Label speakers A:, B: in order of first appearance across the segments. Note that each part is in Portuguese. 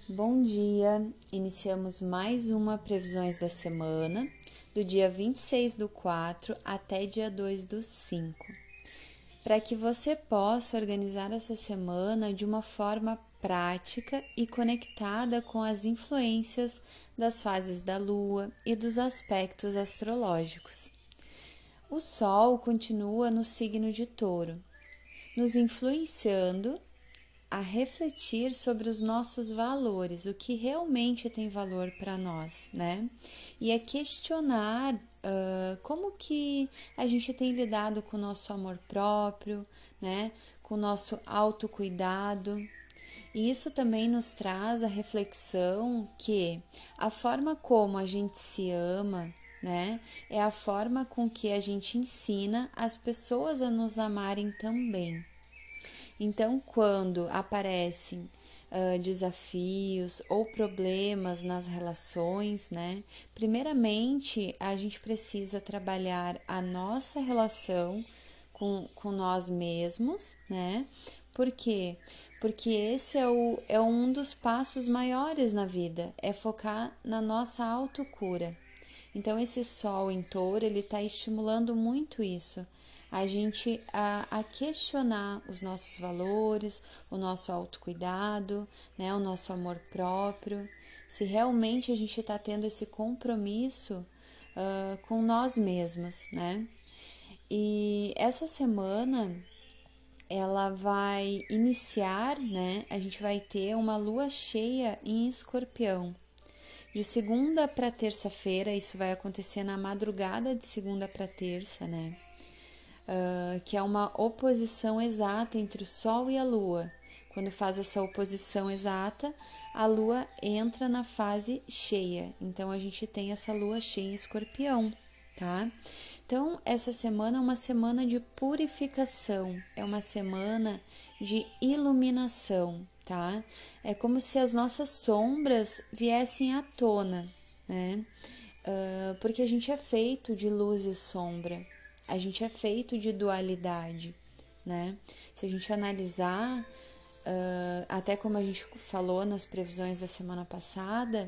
A: Bom dia! Iniciamos mais uma Previsões da Semana, do dia 26/4 até dia 2/5, para que você possa organizar essa semana de uma forma prática e conectada com as influências das fases da Lua e dos aspectos astrológicos. O Sol continua no signo de Touro, nos influenciando a refletir sobre os nossos valores, o que realmente tem valor para nós, né? E a questionar como que a gente tem lidado com o nosso amor próprio, né? Com o nosso autocuidado. E isso também nos traz a reflexão que a forma como a gente se ama, né? É a forma com que a gente ensina as pessoas a nos amarem também. Então, quando aparecem desafios ou problemas nas relações, né? Primeiramente, a gente precisa trabalhar a nossa relação com nós mesmos, né? Por quê? Porque esse é um dos passos maiores na vida, é focar na nossa autocura. Então, esse sol em touro, ele está estimulando muito isso, a gente a questionar os nossos valores, o nosso autocuidado, né, o nosso amor próprio, se realmente a gente está tendo esse compromisso com nós mesmos, né? E essa semana ela vai iniciar, né? A gente vai ter uma lua cheia em Escorpião. De segunda para terça-feira, isso vai acontecer na madrugada de segunda para terça, né? Que é uma oposição exata entre o Sol e a Lua. Quando faz essa oposição exata, a Lua entra na fase cheia. Então a gente tem essa Lua cheia em Escorpião, tá? Então essa semana é uma semana de purificação, é uma semana de iluminação, tá? É como se as nossas sombras viessem à tona, né? Porque a gente é feito de luz e sombra, a gente é feito de dualidade, né? Se a gente analisar, até como a gente falou nas previsões da semana passada,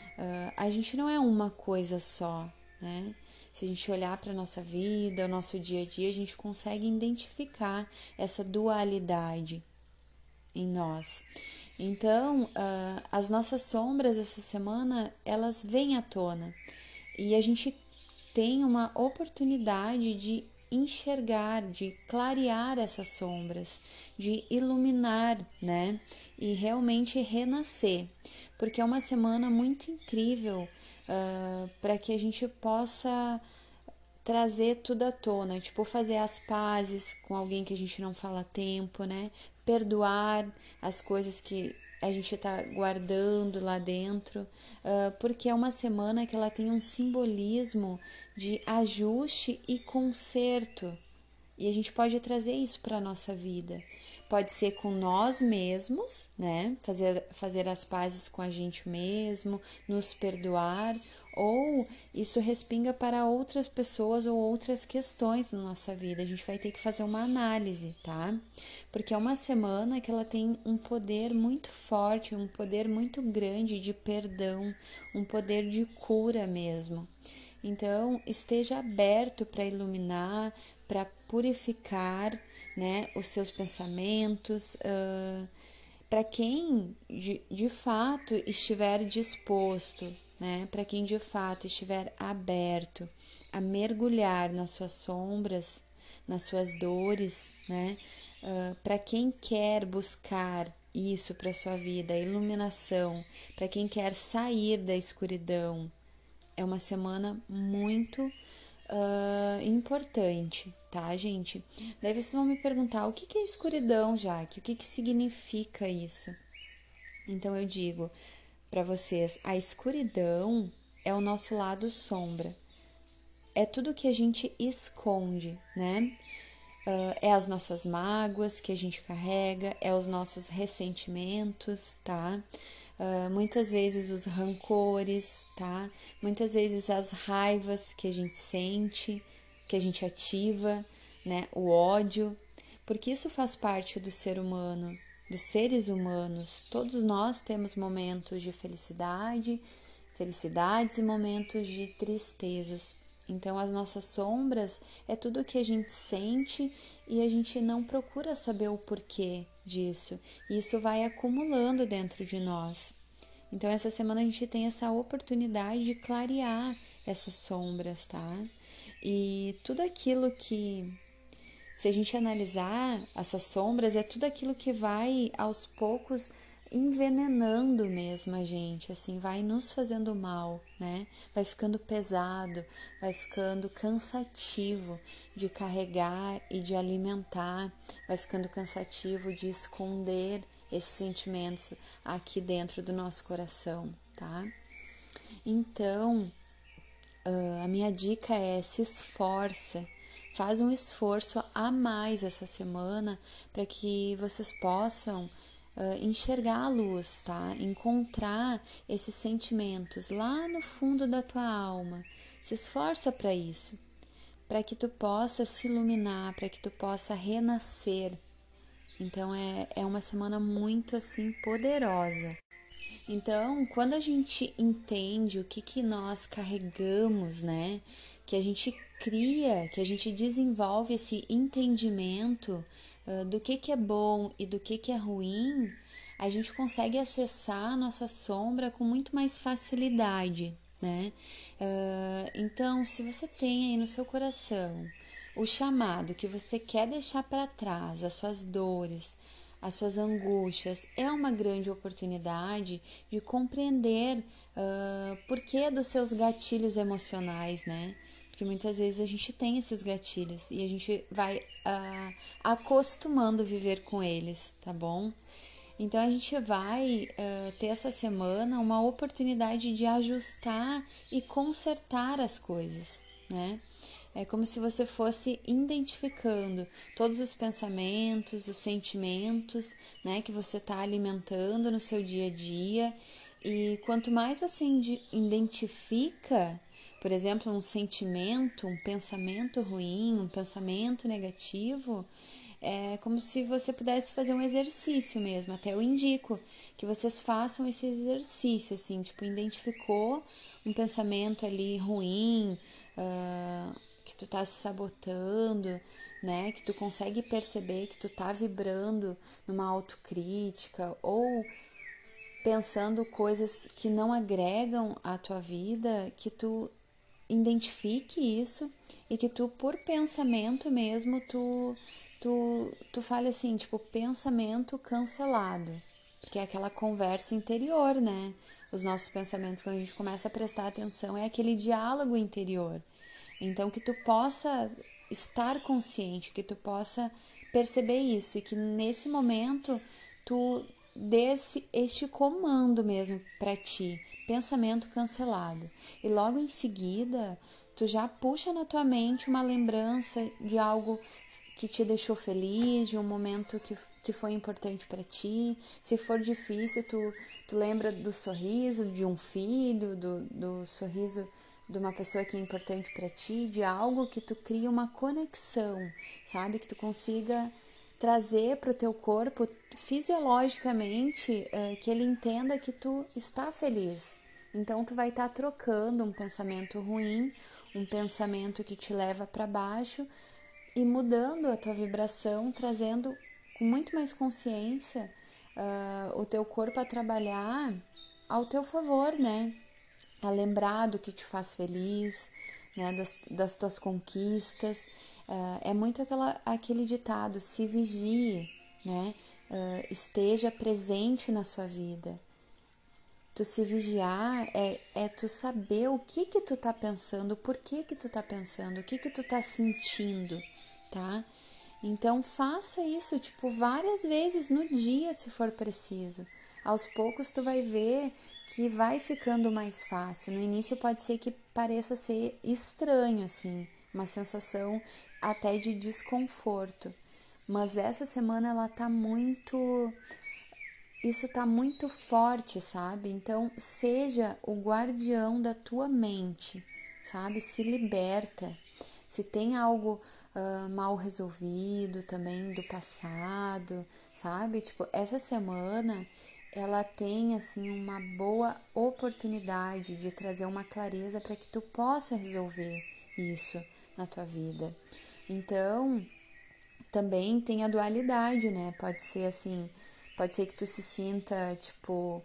A: a gente não é uma coisa só, né? Se a gente olhar para a nossa vida, o nosso dia a dia, a gente consegue identificar essa dualidade em nós. Então, as nossas sombras essa semana, elas vêm à tona e a gente tem uma oportunidade de enxergar, de clarear essas sombras, de iluminar, né? E realmente renascer, porque é uma semana muito incrível para que a gente possa trazer tudo à tona, tipo fazer as pazes com alguém que a gente não fala há tempo, né? Perdoar as coisas que a gente tá guardando lá dentro, porque é uma semana que ela tem um simbolismo de ajuste e conserto. E a gente pode trazer isso para a nossa vida. Pode ser com nós mesmos, né? Fazer as pazes com a gente mesmo, nos perdoar, ou isso respinga para outras pessoas ou outras questões na nossa vida. A gente vai ter que fazer uma análise, tá? Porque é uma semana que ela tem um poder muito forte, um poder muito grande de perdão, um poder de cura mesmo. Então, esteja aberto para iluminar, para purificar, né, os seus pensamentos. Para quem de fato estiver disposto, né, para quem de fato estiver aberto a mergulhar nas suas sombras, nas suas dores, né, para quem quer buscar isso para sua vida, a iluminação, para quem quer sair da escuridão, é uma semana muito importante, tá, gente? Daí vocês vão me perguntar o que é escuridão, Jaque? O que significa isso? Então eu digo para vocês, a escuridão é o nosso lado sombra. É tudo que a gente esconde, né? É as nossas mágoas que a gente carrega, é os nossos ressentimentos, tá? Muitas vezes os rancores, tá? Muitas vezes as raivas que a gente sente, que a gente ativa, né? O ódio, porque isso faz parte do ser humano, dos seres humanos. Todos nós temos momentos de felicidades e momentos de tristezas. Então, as nossas sombras é tudo que a gente sente e a gente não procura saber o porquê disso. E isso vai acumulando dentro de nós. Então, essa semana a gente tem essa oportunidade de clarear essas sombras, tá? E tudo aquilo que, se a gente analisar essas sombras, é tudo aquilo que vai aos poucos envenenando mesmo a gente, assim, vai nos fazendo mal, né? Vai ficando pesado, vai ficando cansativo de carregar e de alimentar, vai ficando cansativo de esconder esses sentimentos aqui dentro do nosso coração, tá? Então, a minha dica é: se esforça, faz um esforço a mais essa semana para que vocês possam enxergar a luz, tá? Encontrar esses sentimentos lá no fundo da tua alma. Se esforça para isso, para que tu possa se iluminar, para que tu possa renascer. Então é uma semana muito assim poderosa. Então, quando a gente entende o que nós carregamos, né? Que a gente cria, que a gente desenvolve esse entendimento do que é bom e do que é ruim, a gente consegue acessar a nossa sombra com muito mais facilidade, né? Então, se você tem aí no seu coração o chamado que você quer deixar para trás, as suas dores, as suas angústias, é uma grande oportunidade de compreender porquê dos seus gatilhos emocionais, né? Porque muitas vezes a gente tem esses gatilhos e a gente vai acostumando viver com eles, tá bom? Então a gente vai ter essa semana uma oportunidade de ajustar e consertar as coisas, né? É como se você fosse identificando todos os pensamentos, os sentimentos, né, que você está alimentando no seu dia a dia. E quanto mais você identifica, por exemplo, um sentimento, um pensamento ruim, um pensamento negativo, é como se você pudesse fazer um exercício mesmo. Até eu indico que vocês façam esse exercício, assim, tipo, identificou um pensamento ali ruim, que tu tá se sabotando, né? Que tu consegue perceber que tu tá vibrando numa autocrítica ou pensando coisas que não agregam à tua vida, que tu identifique isso e que tu, por pensamento mesmo, tu fale assim, tipo, pensamento cancelado. Porque é aquela conversa interior, né? Os nossos pensamentos, quando a gente começa a prestar atenção, é aquele diálogo interior. Então, que tu possa estar consciente, que tu possa perceber isso e que nesse momento tu dê este comando mesmo para ti, pensamento cancelado. E logo em seguida, tu já puxa na tua mente uma lembrança de algo que te deixou feliz, de um momento que foi importante para ti. Se for difícil, tu lembra do sorriso de um filho, do sorriso de uma pessoa que é importante para ti, de algo que tu cria uma conexão, sabe? Que tu consiga trazer para o teu corpo fisiologicamente, que ele entenda que tu está feliz. Então tu vai estar trocando um pensamento ruim, um pensamento que te leva para baixo e mudando a tua vibração, trazendo com muito mais consciência o teu corpo a trabalhar ao teu favor, né? A lembrar do que te faz feliz, né? Das tuas conquistas. É muito aquele ditado: se vigie, né? Esteja presente na sua vida. Tu se vigiar é tu saber o que tu tá pensando, por que tu tá pensando, o que tu tá sentindo, tá? Então faça isso, tipo, várias vezes no dia, se for preciso. Aos poucos tu vai ver que vai ficando mais fácil. No início pode ser que pareça ser estranho, assim, uma sensação até de desconforto. Mas essa semana ela tá muito... Isso tá muito forte, sabe? Então, seja o guardião da tua mente, sabe? Se liberta. Se tem algo mal resolvido também do passado, sabe? Tipo, essa semana ela tem assim uma boa oportunidade de trazer uma clareza para que tu possa resolver isso na tua vida. Então, também tem a dualidade, né? Pode ser assim, pode ser que tu se sinta, tipo,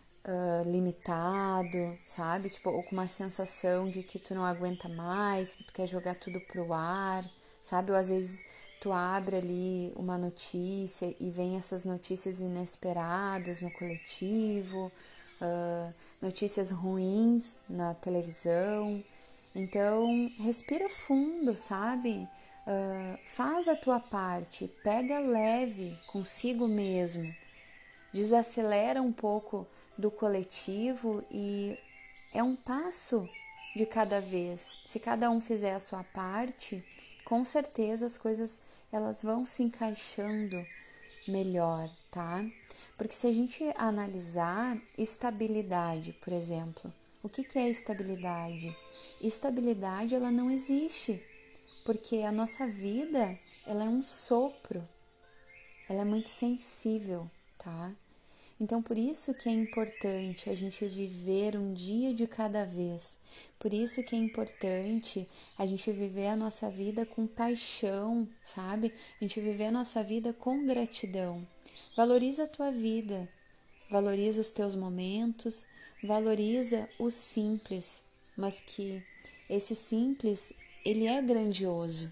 A: limitado, sabe? Tipo, ou com uma sensação de que tu não aguenta mais, que tu quer jogar tudo pro ar, sabe? Ou às vezes tu abre ali uma notícia e vem essas notícias inesperadas no coletivo, notícias ruins na televisão. Então, respira fundo, sabe? Faz a tua parte, pega leve consigo mesmo, desacelera um pouco do coletivo e é um passo de cada vez. Se cada um fizer a sua parte, com certeza as coisas elas vão se encaixando melhor, tá? Porque se a gente analisar estabilidade, por exemplo, o que é estabilidade? Estabilidade ela não existe, porque a nossa vida ela é um sopro, ela é muito sensível, tá? Então, por isso que é importante a gente viver um dia de cada vez. Por isso que é importante a gente viver a nossa vida com paixão, sabe? A gente viver a nossa vida com gratidão. Valoriza a tua vida, valoriza os teus momentos, valoriza o simples, mas que esse simples, ele é grandioso.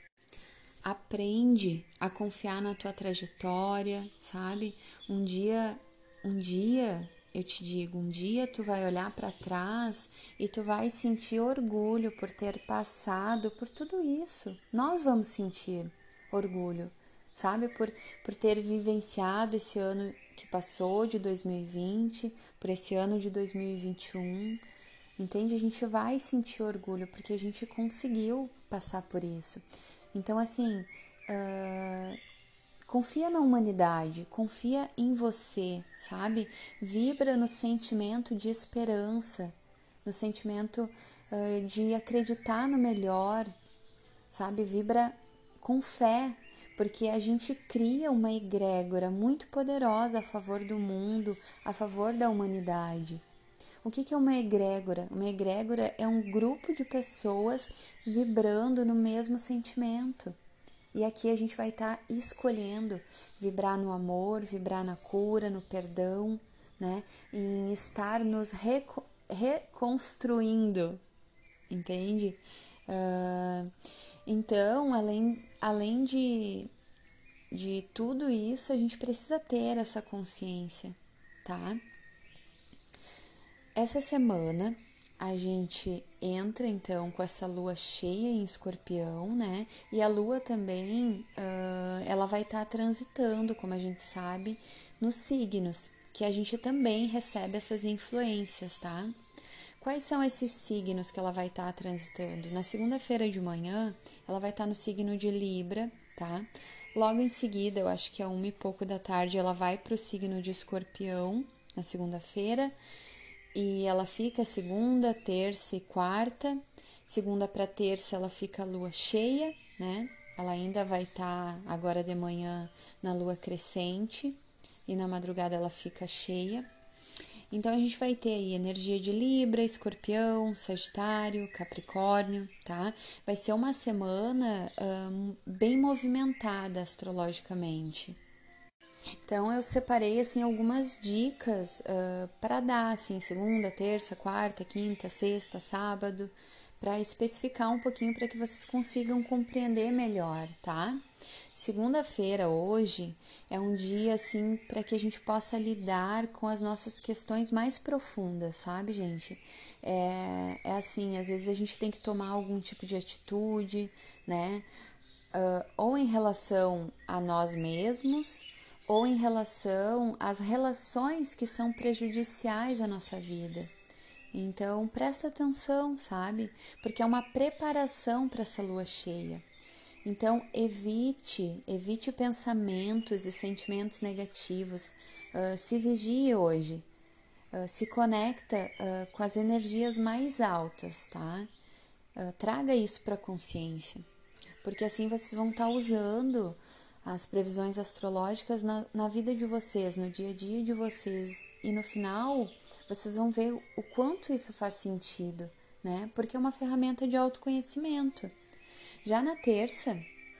A: Aprende a confiar na tua trajetória, sabe? Um dia, eu te digo, um dia tu vai olhar para trás e tu vai sentir orgulho por ter passado por tudo isso. Nós vamos sentir orgulho, sabe? Por ter vivenciado esse ano que passou de 2020, por esse ano de 2021. Entende? A gente vai sentir orgulho porque a gente conseguiu passar por isso. Então, assim, confia na humanidade, confia em você, sabe? Vibra no sentimento de esperança, no sentimento de acreditar no melhor, sabe? Vibra com fé, porque a gente cria uma egrégora muito poderosa a favor do mundo, a favor da humanidade. O que é uma egrégora? Uma egrégora é um grupo de pessoas vibrando no mesmo sentimento. E aqui a gente vai estar escolhendo vibrar no amor, vibrar na cura, no perdão, né? Em estar nos reconstruindo, entende? Então, além de tudo isso, a gente precisa ter essa consciência, tá? Essa semana a gente entra então com essa lua cheia em Escorpião, né? E a lua também, ela vai estar transitando, como a gente sabe, nos signos, que a gente também recebe essas influências, tá? Quais são esses signos que ela vai estar transitando? Na segunda-feira de manhã, ela vai estar no signo de Libra, tá? Logo em seguida, eu acho que é 1h pouco da tarde, ela vai para o signo de Escorpião, na segunda-feira. E ela fica segunda, terça e quarta. Segunda para terça ela fica lua cheia, né? Ela ainda vai estar agora de manhã na lua crescente e na madrugada ela fica cheia. Então a gente vai ter aí energia de Libra, Escorpião, Sagitário, Capricórnio, tá? Vai ser uma semana bem movimentada astrologicamente. Então eu separei assim algumas dicas para dar assim segunda, terça, quarta, quinta, sexta, sábado, para especificar um pouquinho para que vocês consigam compreender melhor, tá? Segunda-feira hoje é um dia assim para que a gente possa lidar com as nossas questões mais profundas, sabe, gente? É assim, às vezes a gente tem que tomar algum tipo de atitude, né? Ou em relação a nós mesmos, ou em relação às relações que são prejudiciais à nossa vida. Então, presta atenção, sabe? Porque é uma preparação para essa lua cheia. Então, evite pensamentos e sentimentos negativos. Se vigie hoje. Se conecta com as energias mais altas, tá? Traga isso para a consciência. porque assim vocês vão estar usando as previsões astrológicas na vida de vocês, no dia a dia de vocês, e no final vocês vão ver o quanto isso faz sentido, né? Porque é uma ferramenta de autoconhecimento. Já na terça,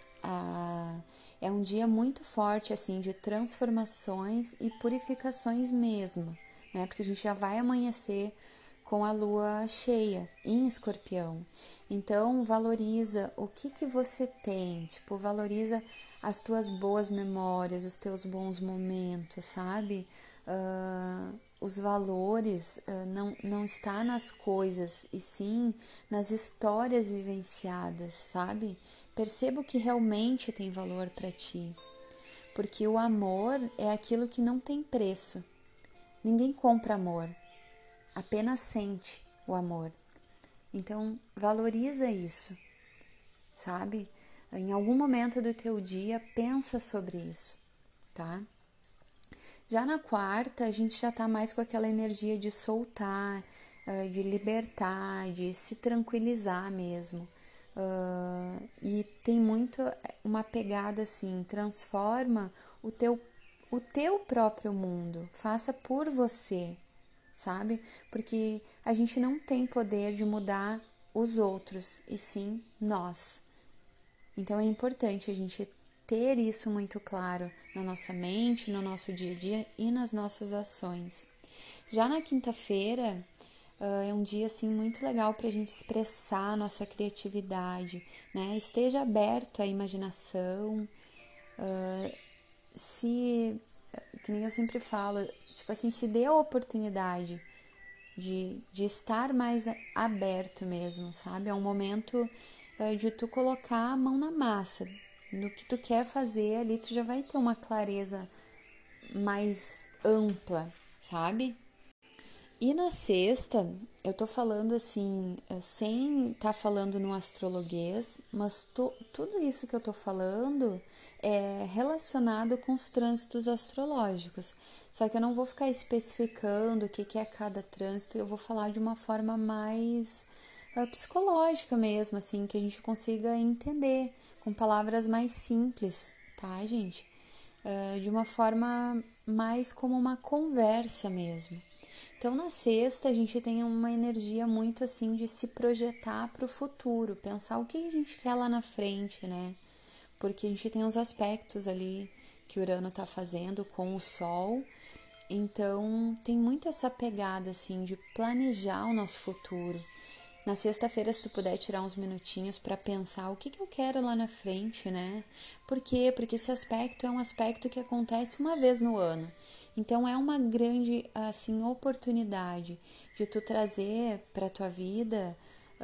A: é um dia muito forte, assim, de transformações e purificações mesmo, né? Porque a gente já vai amanhecer com a lua cheia em Escorpião. Então, valoriza o que você tem, tipo, valoriza as tuas boas memórias, os teus bons momentos, sabe? Os valores não está nas coisas, e sim nas histórias vivenciadas, sabe? Perceba o que realmente tem valor para ti, porque o amor é aquilo que não tem preço. Ninguém compra amor, apenas sente o amor. Então, valoriza isso, sabe? Em algum momento do teu dia, pensa sobre isso, tá? Já na quarta, a gente já tá mais com aquela energia de soltar, de libertar, de se tranquilizar mesmo. E tem muito uma pegada assim, transforma o teu próprio mundo, faça por você, sabe? Porque a gente não tem poder de mudar os outros, e sim nós. Então é importante a gente ter isso muito claro na nossa mente, no nosso dia a dia e nas nossas ações. Já na quinta-feira é um dia assim muito legal para a gente expressar a nossa criatividade, né? Esteja aberto à imaginação, se, que nem eu sempre falo, tipo assim, se dê a oportunidade de estar mais aberto mesmo, sabe? É um momento de tu colocar a mão na massa, no que tu quer fazer ali, tu já vai ter uma clareza mais ampla, sabe? E na sexta, eu tô falando assim, sem estar falando no astrologuês, mas tudo isso que eu tô falando é relacionado com os trânsitos astrológicos. Só que eu não vou ficar especificando o que é cada trânsito, eu vou falar de uma forma mais psicológica mesmo, assim, que a gente consiga entender, com palavras mais simples, tá, gente? De uma forma mais como uma conversa mesmo. Então, na sexta, a gente tem uma energia muito assim de se projetar para o futuro, pensar o que a gente quer lá na frente, né? Porque a gente tem os aspectos ali que o Urano está fazendo com o Sol, então tem muito essa pegada assim de planejar o nosso futuro. Na sexta-feira, se tu puder tirar uns minutinhos para pensar o que eu quero lá na frente, né? Por quê? Porque esse aspecto é um aspecto que acontece uma vez no ano. Então é uma grande assim oportunidade de tu trazer para tua vida.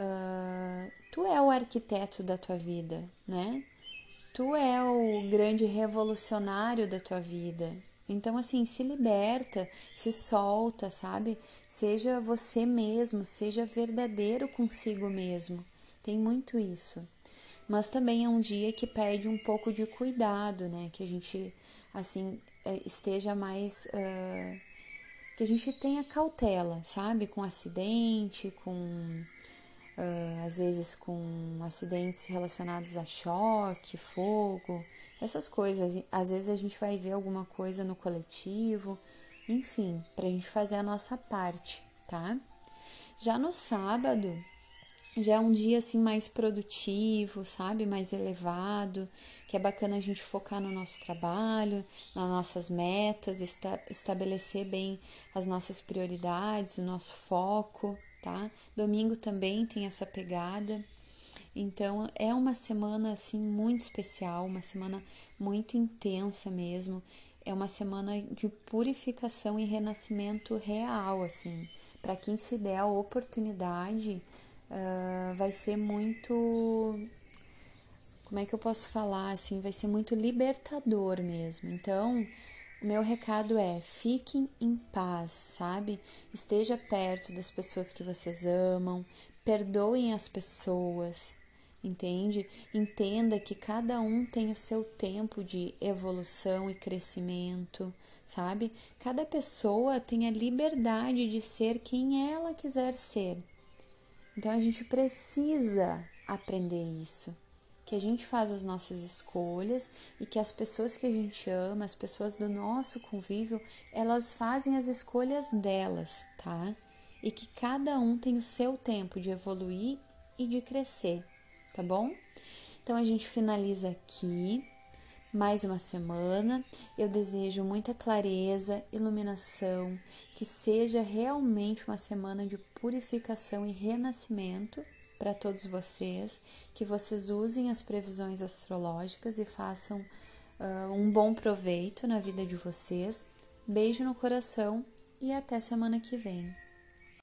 A: Tu é o arquiteto da tua vida, né? Tu é o grande revolucionário da tua vida. Então, assim, se liberta, se solta, sabe? Seja você mesmo, seja verdadeiro consigo mesmo. Tem muito isso. Mas também é um dia que pede um pouco de cuidado, né? Que a gente, assim, esteja mais. Que a gente tenha cautela, sabe? Com acidente, com às vezes com acidentes relacionados a choque, fogo, essas coisas. Às vezes a gente vai ver alguma coisa no coletivo, enfim, para a gente fazer a nossa parte, tá? Já no sábado, já é um dia assim mais produtivo, sabe? Mais elevado, que é bacana a gente focar no nosso trabalho, nas nossas metas, estabelecer bem as nossas prioridades, o nosso foco, tá? Domingo também tem essa pegada. Então é uma semana assim muito especial, uma semana muito intensa mesmo. É uma semana de purificação e renascimento real, assim. Para quem se der a oportunidade, vai ser muito, como é que eu posso falar assim, vai ser muito libertador mesmo. Então, o meu recado é: fiquem em paz, sabe? Esteja perto das pessoas que vocês amam, perdoem as pessoas, entende? Entenda que cada um tem o seu tempo de evolução e crescimento, sabe? Cada pessoa tem a liberdade de ser quem ela quiser ser. Então a gente precisa aprender isso, que a gente faz as nossas escolhas e que as pessoas que a gente ama, as pessoas do nosso convívio, elas fazem as escolhas delas, tá? E que cada um tem o seu tempo de evoluir e de crescer, tá bom? Então a gente finaliza aqui mais uma semana. Eu desejo muita clareza, iluminação, que seja realmente uma semana de purificação e renascimento para todos vocês, que vocês usem as previsões astrológicas e façam um bom proveito na vida de vocês. Beijo no coração e até semana que vem.